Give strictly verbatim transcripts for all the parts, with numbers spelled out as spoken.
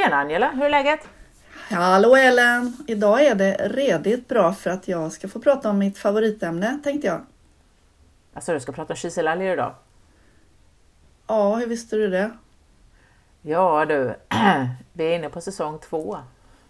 Tjena Angela, hur är läget? Hallå Ellen! Idag är det redigt bra för att jag ska få prata om mitt favoritämne, tänkte jag. Alltså du ska prata om kiselalger idag? Ja, hur visste du det? Ja du, vi är inne på säsong två.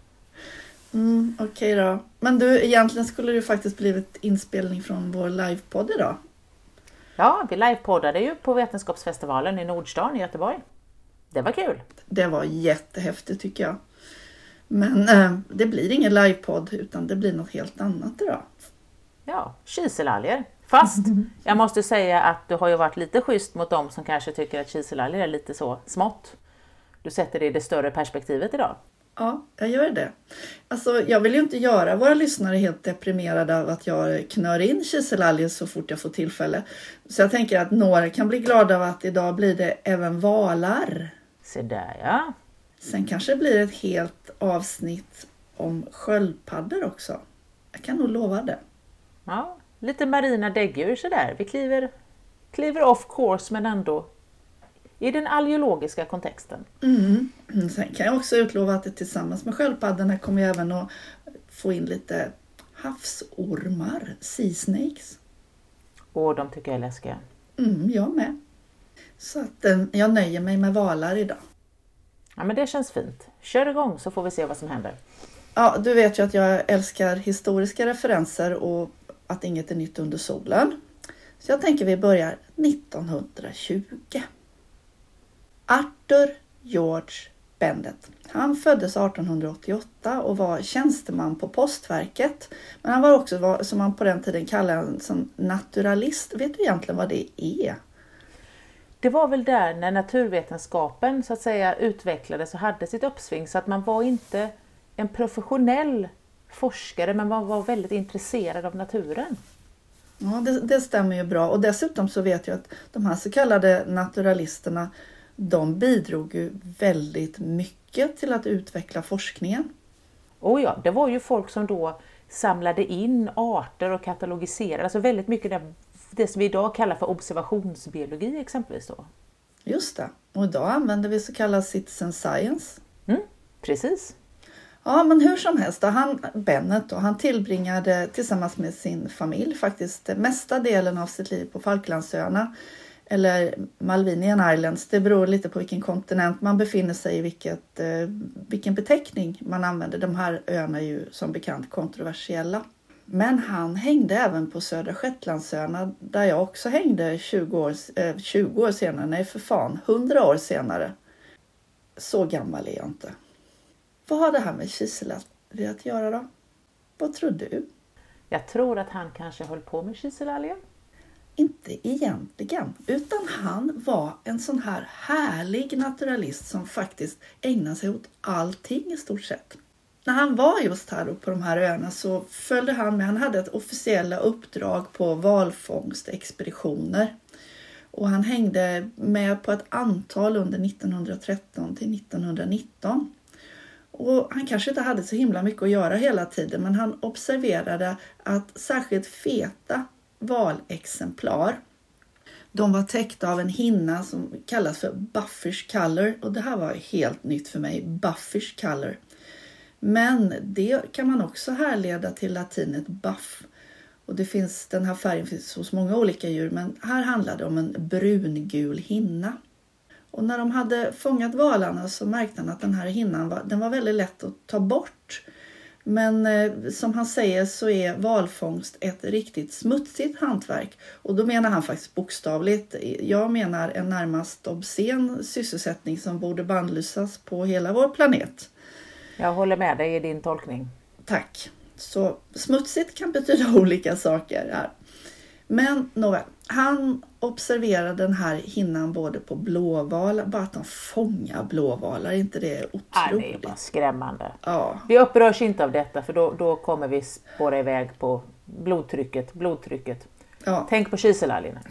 Mm, okej okay då. Men du, egentligen skulle det faktiskt blivit inspelning från vår livepodd idag. Ja, vi livepoddade ju på Vetenskapsfestivalen i Nordstan i Göteborg. Det var kul. Det var jättehäftigt tycker jag. Men eh, det blir ingen livepodd utan det blir något helt annat idag. Ja, kiselalger. Fast jag måste säga att du har ju varit lite schysst mot dem som kanske tycker att kiselalger är lite så smått. Du sätter det i det större perspektivet idag. Ja, jag gör det. Alltså, jag vill ju inte göra våra lyssnare helt deprimerade av att jag knör in kiselalger så fort jag får tillfälle. Så jag tänker att några kan bli glada av att idag blir det även valar. Se där ja. Sen kanske det blir ett helt avsnitt om sköldpaddor också. Jag kan nog lova det. Ja, lite marina däggdjur sådär. Vi kliver, kliver off course men ändå i den algeologiska kontexten. Mm. Sen kan jag också utlova att det tillsammans med sköldpaddorna kommer jag även att få in lite havsormar, sea snakes. Och de tycker jag är läskiga. Mm, jag med. Så att eh, jag nöjer mig med valar idag. Ja men det känns fint. Kör igång så får vi se vad som händer. Ja, du vet ju att jag älskar historiska referenser och att inget är nytt under solen. Så jag tänker vi börjar nittonhundratjugo. Arthur George Bennett. Han föddes artonhundraåttioåtta och var tjänsteman på postverket. Men han var också, som man på den tiden kallade en sån naturalist. Vet du egentligen vad det är? Det var väl där när naturvetenskapen så att säga utvecklades och hade sitt uppsving. Så att man var inte en professionell forskare men man var väldigt intresserad av naturen. Ja, det, det stämmer ju bra. Och dessutom så vet jag att de här så kallade naturalisterna, de bidrog ju väldigt mycket till att utveckla forskningen. Och ja, det var ju folk som då samlade in arter och katalogiserade. Alltså väldigt mycket det, det som vi idag kallar för observationsbiologi exempelvis då. Just det. Och idag använder vi så kallad citizen science. Mm, precis. Ja, men hur som helst, då, han, Bennett då, han tillbringade tillsammans med sin familj faktiskt mesta delen av sitt liv på Falklandsöarna. Eller Malvinian Islands, det beror lite på vilken kontinent man befinner sig i, vilket, eh, vilken beteckning man använder. De här öarna är ju som bekant kontroversiella. Men han hängde även på Södra Shetlandsöarna där jag också hängde tjugo år, eh, tjugo år senare, nej för fan, hundra år senare. Så gammal är jag inte. Vad har det här med kiselalger att göra då? Vad tror du? Jag tror att han kanske höll på med kiselalger. Inte egentligen, utan han var en sån här härlig naturalist som faktiskt ägnade sig åt allting i stort sett. När han var just här på de här öarna så följde han med, han hade ett officiella uppdrag på valfångstexpeditioner. Och han hängde med på ett antal under nittonhundratretton till nittonhundranitton. Och han kanske inte hade så himla mycket att göra hela tiden, men han observerade att särskilt feta valexemplar, de var täckta av en hinna som kallas för buffish color. Och det här var helt nytt för mig, buffish color. Men det kan man också härleda till latinet buff. Och det finns, den här färgen finns hos många olika djur, men här handlar det om en brungul hinna. Och när de hade fångat valarna så märkte han att den här hinnan var, den var väldigt lätt att ta bort. Men eh, som han säger så är valfångst ett riktigt smutsigt hantverk. Och då menar han faktiskt bokstavligt. Jag menar en närmast obscen sysselsättning som borde bannlysas på hela vår planet. Jag håller med dig i din tolkning. Tack. Så smutsigt kan betyda olika saker här. Men nåväl, han observerade den här hinnan både på blåvalar, bara att de fångar blåvalar, inte det otroligt? Ja, det är bara skrämmande. Ja. Vi upprörs inte av detta för då, då kommer vi spåra iväg på blodtrycket. blodtrycket. Ja. Tänk på kiselalgerna.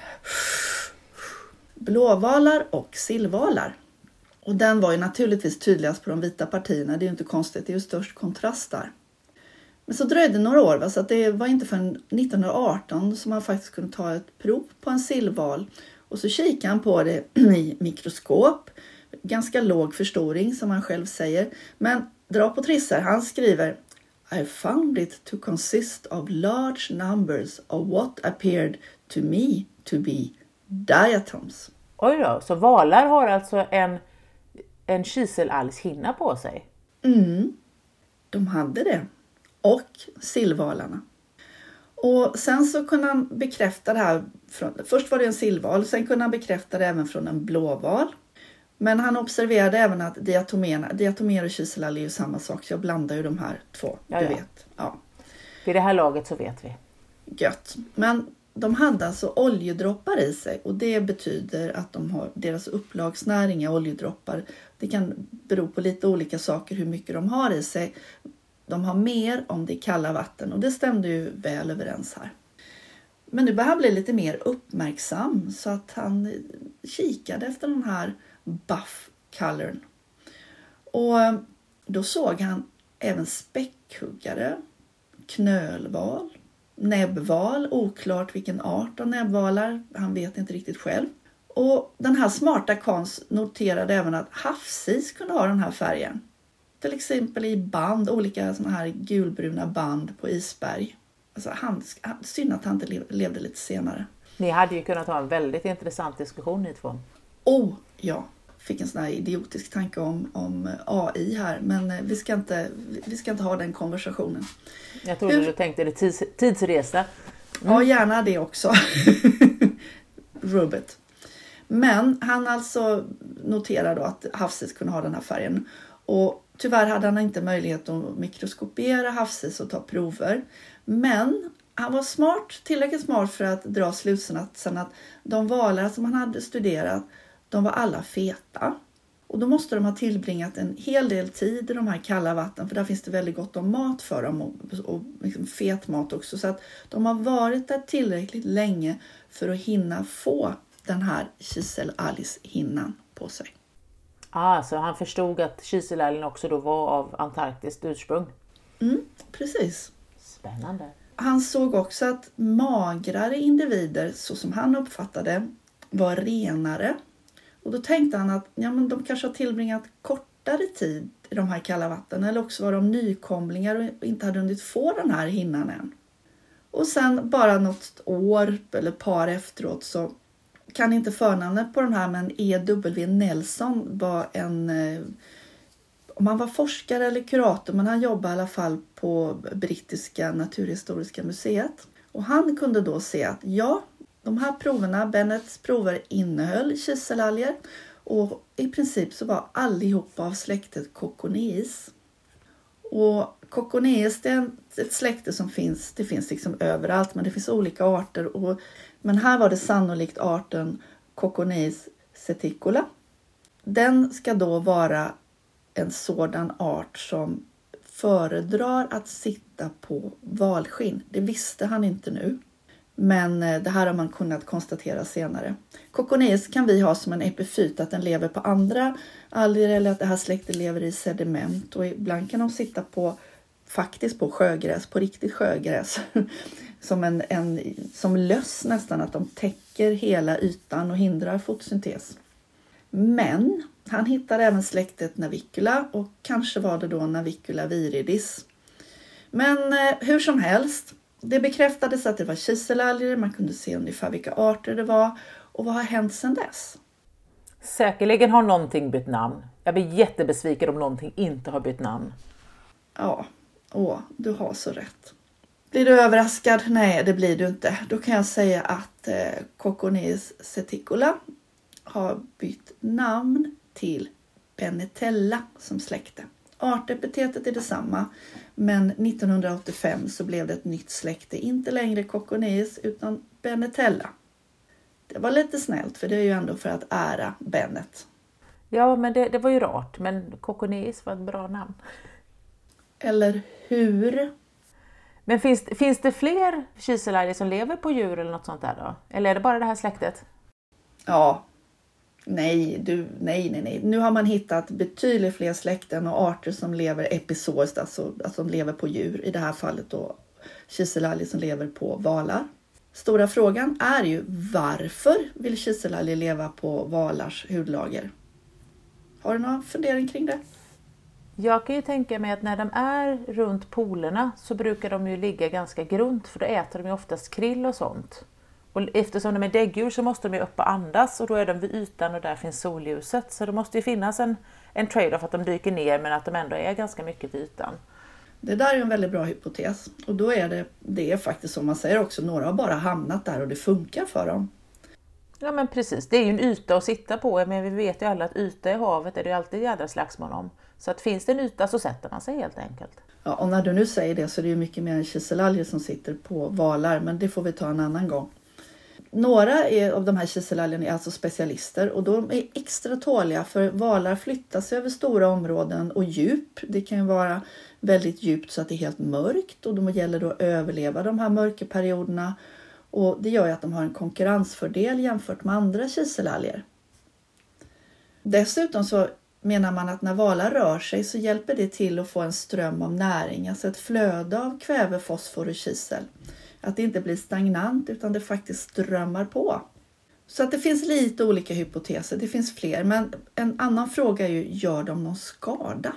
Blåvalar och sillvalar. Och den var ju naturligtvis tydligast på de vita partierna, det är ju inte konstigt, det är ju störst kontrast där. Men så dröjde några år, va? Så att det var inte förrän nittonhundraarton som man faktiskt kunde ta ett prov på en sillval. Och så kikade han på det i mikroskop. Ganska låg förstoring som han själv säger. Men dra på trissar, han skriver: I found it to consist of large numbers of what appeared to me to be diatoms. Oj då, så valar har alltså en, en kiselalgshinna på sig? Mm, de hade det. Och sillvalarna. Och sen så kunde han bekräfta det här. Från, först var det en sillval, sen kunde han bekräfta det även från en blåval. Men han observerade även att diatomerna, diatomer och kiselalg är ju samma sak. Så jag blandar ju de här två, ja, du ja. vet. Ja. Vid det här laget så vet vi. Gött. Men de hade alltså oljedroppar i sig. Och det betyder att de har, deras upplagsnäring är oljedroppar. Det kan bero på lite olika saker hur mycket de har i sig. De har mer om det är kalla vatten. Och det stämde ju väl överens här. Men nu började han bli lite mer uppmärksam. Så att han kikade efter den här buff colorn. Och då såg han även späckhuggare, knölval, näbbval, oklart vilken art av näbbvalar, han vet inte riktigt själv. Och den här smarta Kans noterade även att havsis kunde ha den här färgen. Till exempel i band, olika såna här gulbruna band på isberg. Alltså han, synd att han inte levde lite senare. Ni hade ju kunnat ha en väldigt intressant diskussion ni två. Oh, ja. Fick en sån här idiotisk tanke om, om A I här. Men vi ska inte, vi ska inte ha den konversationen. Jag trodde Hur? du tänkte det tids, tidsresa. Mm. Ja, gärna det också. Rubbet. Men han alltså noterar då att havsis kunde ha den här färgen. Och tyvärr hade han inte möjlighet att mikroskopera havsis och ta prover. Men han var smart, tillräckligt smart för att dra slutsatsen att de valar som han hade studerat, de var alla feta. Och då måste de ha tillbringat en hel del tid i de här kalla vatten. För där finns det väldigt gott om mat för dem. Och, och liksom fet mat också. Så att de har varit där tillräckligt länge för att hinna få den här kiselalgshinnan på sig. Ah, så han förstod att kiselalgen också då var av antarktiskt ursprung. Mm, precis. Spännande. Han såg också att magrare individer, så som han uppfattade, var renare. Och då tänkte han att ja, men de kanske har tillbringat kortare tid i de här kalla vatten. Eller också var de nykomlingar och inte hade hunnit få den här hinnan än. Och sen bara något år eller par efteråt så kan inte förnamnet på den här, men E W Nelson var en, om han var forskare eller kurator, men han jobbade i alla fall på brittiska naturhistoriska museet. Och han kunde då se att ja, de här proverna, Bennets prover, innehöll kiselalger och i princip så var allihopa av släktet Cocconeis. Och Cocconeis, det är ett släkte som finns, det finns liksom överallt, men det finns olika arter. Och, men här var det sannolikt arten Cocconeis seticola. Den ska då vara en sådan art som föredrar att sitta på valskinn. Det visste han inte nu. Men det här har man kunnat konstatera senare. Cocconeis kan vi ha som en epifyt, att den lever på andra alger eller att det här släktet lever i sediment. Och ibland kan de sitta på, faktiskt på sjögräs, på riktigt sjögräs. Som, en, en, som löss nästan, att de täcker hela ytan och hindrar fotosyntes. Men han hittade även släktet Navicula och kanske var det då Navicula viridis. Men eh, hur som helst. Det bekräftades att det var kiselalger, man kunde se ungefär vilka arter det var. Och vad har hänt sedan dess? Säkerligen har någonting bytt namn. Jag blir jättebesviken om någonting inte har bytt namn. Ja, åh, du har så rätt. Blir du överraskad? Nej, det blir du inte. Då kan jag säga att eh, Cocconeis seticola har bytt namn till Bennetella som släkte. Artepitetet är detsamma, men nittonhundraåttiofem så blev det ett nytt släkte. Inte längre Cocconeis utan Bennetella. Det var lite snällt, för det är ju ändå för att ära Bennet. Ja, men det, det var ju rart, men Cocconeis var ett bra namn. Eller hur? Men finns, finns det fler kiselalger som lever på djur eller något sånt där då? Eller är det bara det här släktet? Ja. Nej, du, nej, nej, nej. Nu har man hittat betydligt fler släkten och arter som lever episoiskt, alltså att de lever på djur. I det här fallet då kiselalger som lever på valar. Stora frågan är ju, varför vill kiselalger leva på valars hudlager? Har du någon fundering kring det? Jag kan ju tänka mig att när de är runt polerna så brukar de ju ligga ganska grunt, för då äter de ju oftast krill och sånt. Och eftersom de är däggdjur så måste de ju upp och andas, och då är de vid ytan och där finns solljuset. Så det måste ju finnas en, en trade-off att de dyker ner men att de ändå är ganska mycket vid ytan. Det där är en väldigt bra hypotes. Och då är det, det är faktiskt som man säger också, några har bara hamnat där och det funkar för dem. Ja men precis, det är ju en yta att sitta på, men vi vet ju alla att yta i havet är det ju alltid jädra slagsmål om. Så att finns det en yta så sätter man sig helt enkelt. Ja, och när du nu säger det så är det ju mycket mer än kiselalger som sitter på valar, men det får vi ta en annan gång. Några är, av de här kiselalgerna är alltså specialister, och de är extra tåliga för valar flyttar sig över stora områden och djup. Det kan ju vara väldigt djupt så att det är helt mörkt, och då gäller det att överleva de här mörkerperioderna. Och det gör ju att de har en konkurrensfördel jämfört med andra kiselalger. Dessutom så menar man att när valar rör sig så hjälper det till att få en ström av näring, alltså ett flöde av kväve, fosfor och kisel. Att det inte blir stagnant utan det faktiskt strömmar på. Så att det finns lite olika hypoteser, det finns fler. Men en annan fråga är ju, gör de någon skada?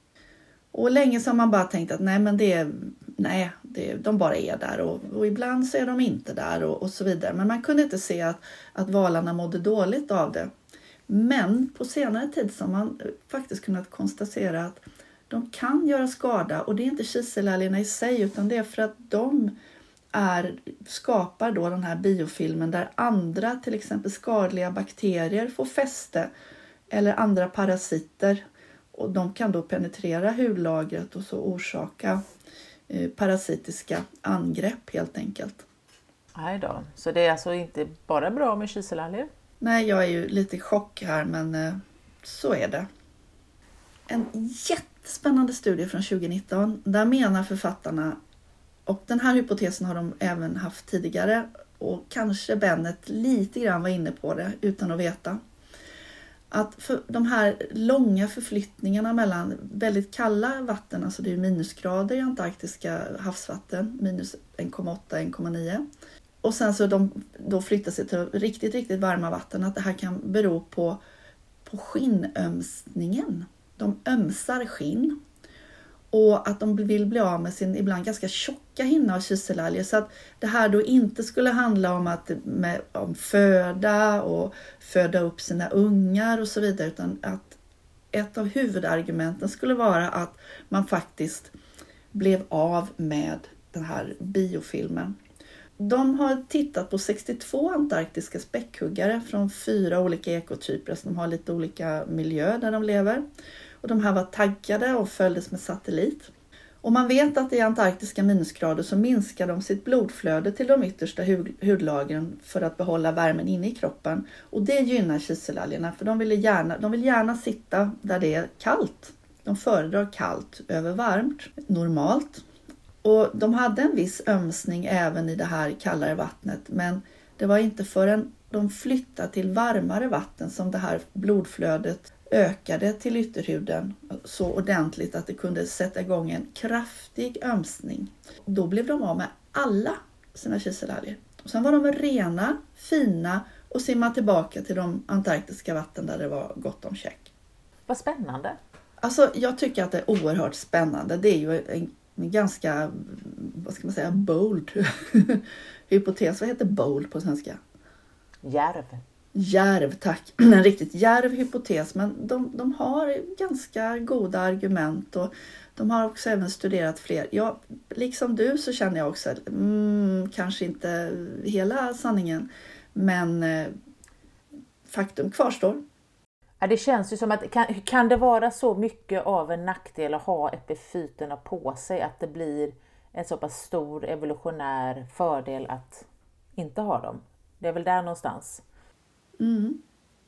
Och länge så har man bara tänkt att nej men det är, nej, det, de bara är där, och, och ibland så är de inte där och, och så vidare. Men man kunde inte se att, att valarna mådde dåligt av det. Men på senare tid så har man faktiskt kunnat konstatera att de kan göra skada, och det är inte kiselalgerna i sig utan det är för att de är, skapar då den här biofilmen där andra, till exempel skadliga bakterier, får fäste eller andra parasiter, och de kan då penetrera hudlagret och så orsaka eh, parasitiska angrepp helt enkelt. Nej då, så det är alltså inte bara bra med kiselalger? Nej, jag är ju lite i chock här, men eh, så är det. En jättespännande studie från tjugonitton, där menar författarna, och den här hypotesen har de även haft tidigare, och kanske Bennett lite grann var inne på det utan att veta, att för de här långa förflyttningarna mellan väldigt kalla vatten, alltså det är minusgrader i antarktiska havsvatten, minus en komma åtta till en komma nio, och sen så de då flyttar sig till riktigt, riktigt varma vatten, att det här kan bero på, på skinnömsningen. De ömsar skinn. Och att de vill bli av med sin ibland ganska tjocka hinna av kiselalger. Så att det här då inte skulle handla om, att, med, om föda och föda upp sina ungar och så vidare. Utan att ett av huvudargumenten skulle vara att man faktiskt blev av med den här biofilmen. De har tittat på sextiotvå antarktiska späckhuggare från fyra olika ekotyper. Så de har lite olika miljö där de lever. Och de här var taggade och följdes med satellit. Och man vet att i antarktiska minusgrader så minskar de sitt blodflöde till de yttersta hudlagren för att behålla värmen inne i kroppen. Och det gynnar kiselalgerna, för de vill gärna, de vill gärna sitta där det är kallt. De föredrar kallt över varmt, normalt. Och de hade en viss ömsning även i det här kallare vattnet, men det var inte förrän de flyttade till varmare vatten som det här blodflödet ökade till ytterhuden så ordentligt att det kunde sätta igång en kraftig ömsning. Då blev de av med alla sina kiselalger. Och sen var de rena, fina och simmade tillbaka till de antarktiska vatten där det var gott om käk. Vad spännande. Alltså jag tycker att det är oerhört spännande. Det är ju en, en ganska, vad ska man säga, bold hypotes. Vad heter bold på svenska? Djärv. Djärv, tack. En riktigt djärv hypotes, men de, de har ganska goda argument, och de har också även studerat fler. Ja, liksom du så känner jag också, mm, kanske inte hela sanningen, men eh, faktum kvarstår. Ja, det känns ju som att, kan, kan det vara så mycket av en nackdel att ha epifyterna på sig att det blir en så pass stor evolutionär fördel att inte ha dem? Det är väl där någonstans. Mm.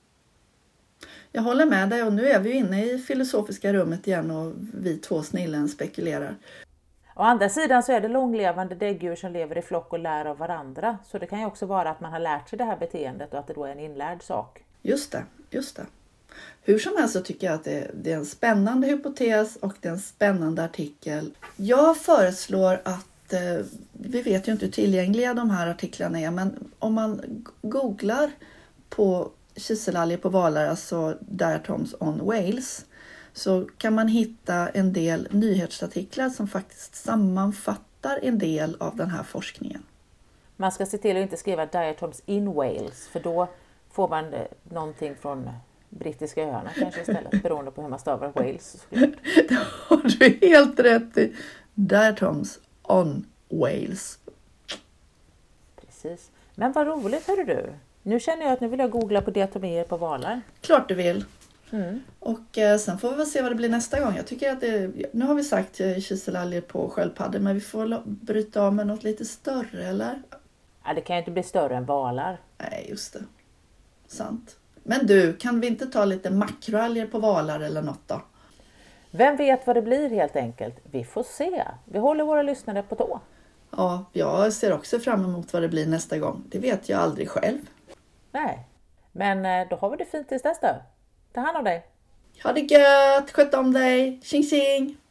Jag håller med dig, och nu är vi inne i filosofiska rummet igen och vi två snillen spekulerar. Å andra sidan så är det långlevande däggdjur som lever i flock och lär av varandra. Så det kan ju också vara att man har lärt sig det här beteendet och att det då är en inlärd sak. Just det, just det. Hur som helst så tycker jag att det, det är en spännande hypotes och det är en spännande artikel. Jag föreslår att, eh, vi vet ju inte hur tillgängliga de här artiklarna är, men om man googlar på kiselalger på valar, alltså diatoms on whales, så kan man hitta en del nyhetsartiklar som faktiskt sammanfattar en del av den här forskningen. Man ska se till att inte skriva diatoms in Wales, för då får man någonting från brittiska öarna kanske istället, beroende på hur man stavar Wales. Det har du helt rätt i. Diatoms on Wales. Precis. Men vad roligt, hörru du. Nu känner jag att nu vill jag googla på diatomier på valar. Klart du vill. Mm. Och eh, sen får vi väl se vad det blir nästa gång. Jag tycker att det, nu har vi sagt eh, kiselalger på sköldpaddor, men vi får bryta av med något lite större, eller? Ja, det kan ju inte bli större än valar. Nej, just det. Sant. Men du, kan vi inte ta lite makroalger på valar eller något då? Vem vet vad det blir helt enkelt? Vi får se. Vi håller våra lyssnare på tå. Ja, jag ser också fram emot vad det blir nästa gång. Det vet jag aldrig själv. Nej, men då har vi det fint tills dess då. Ta hand om dig. Ha det gött, sköt om dig. Tjing tjing!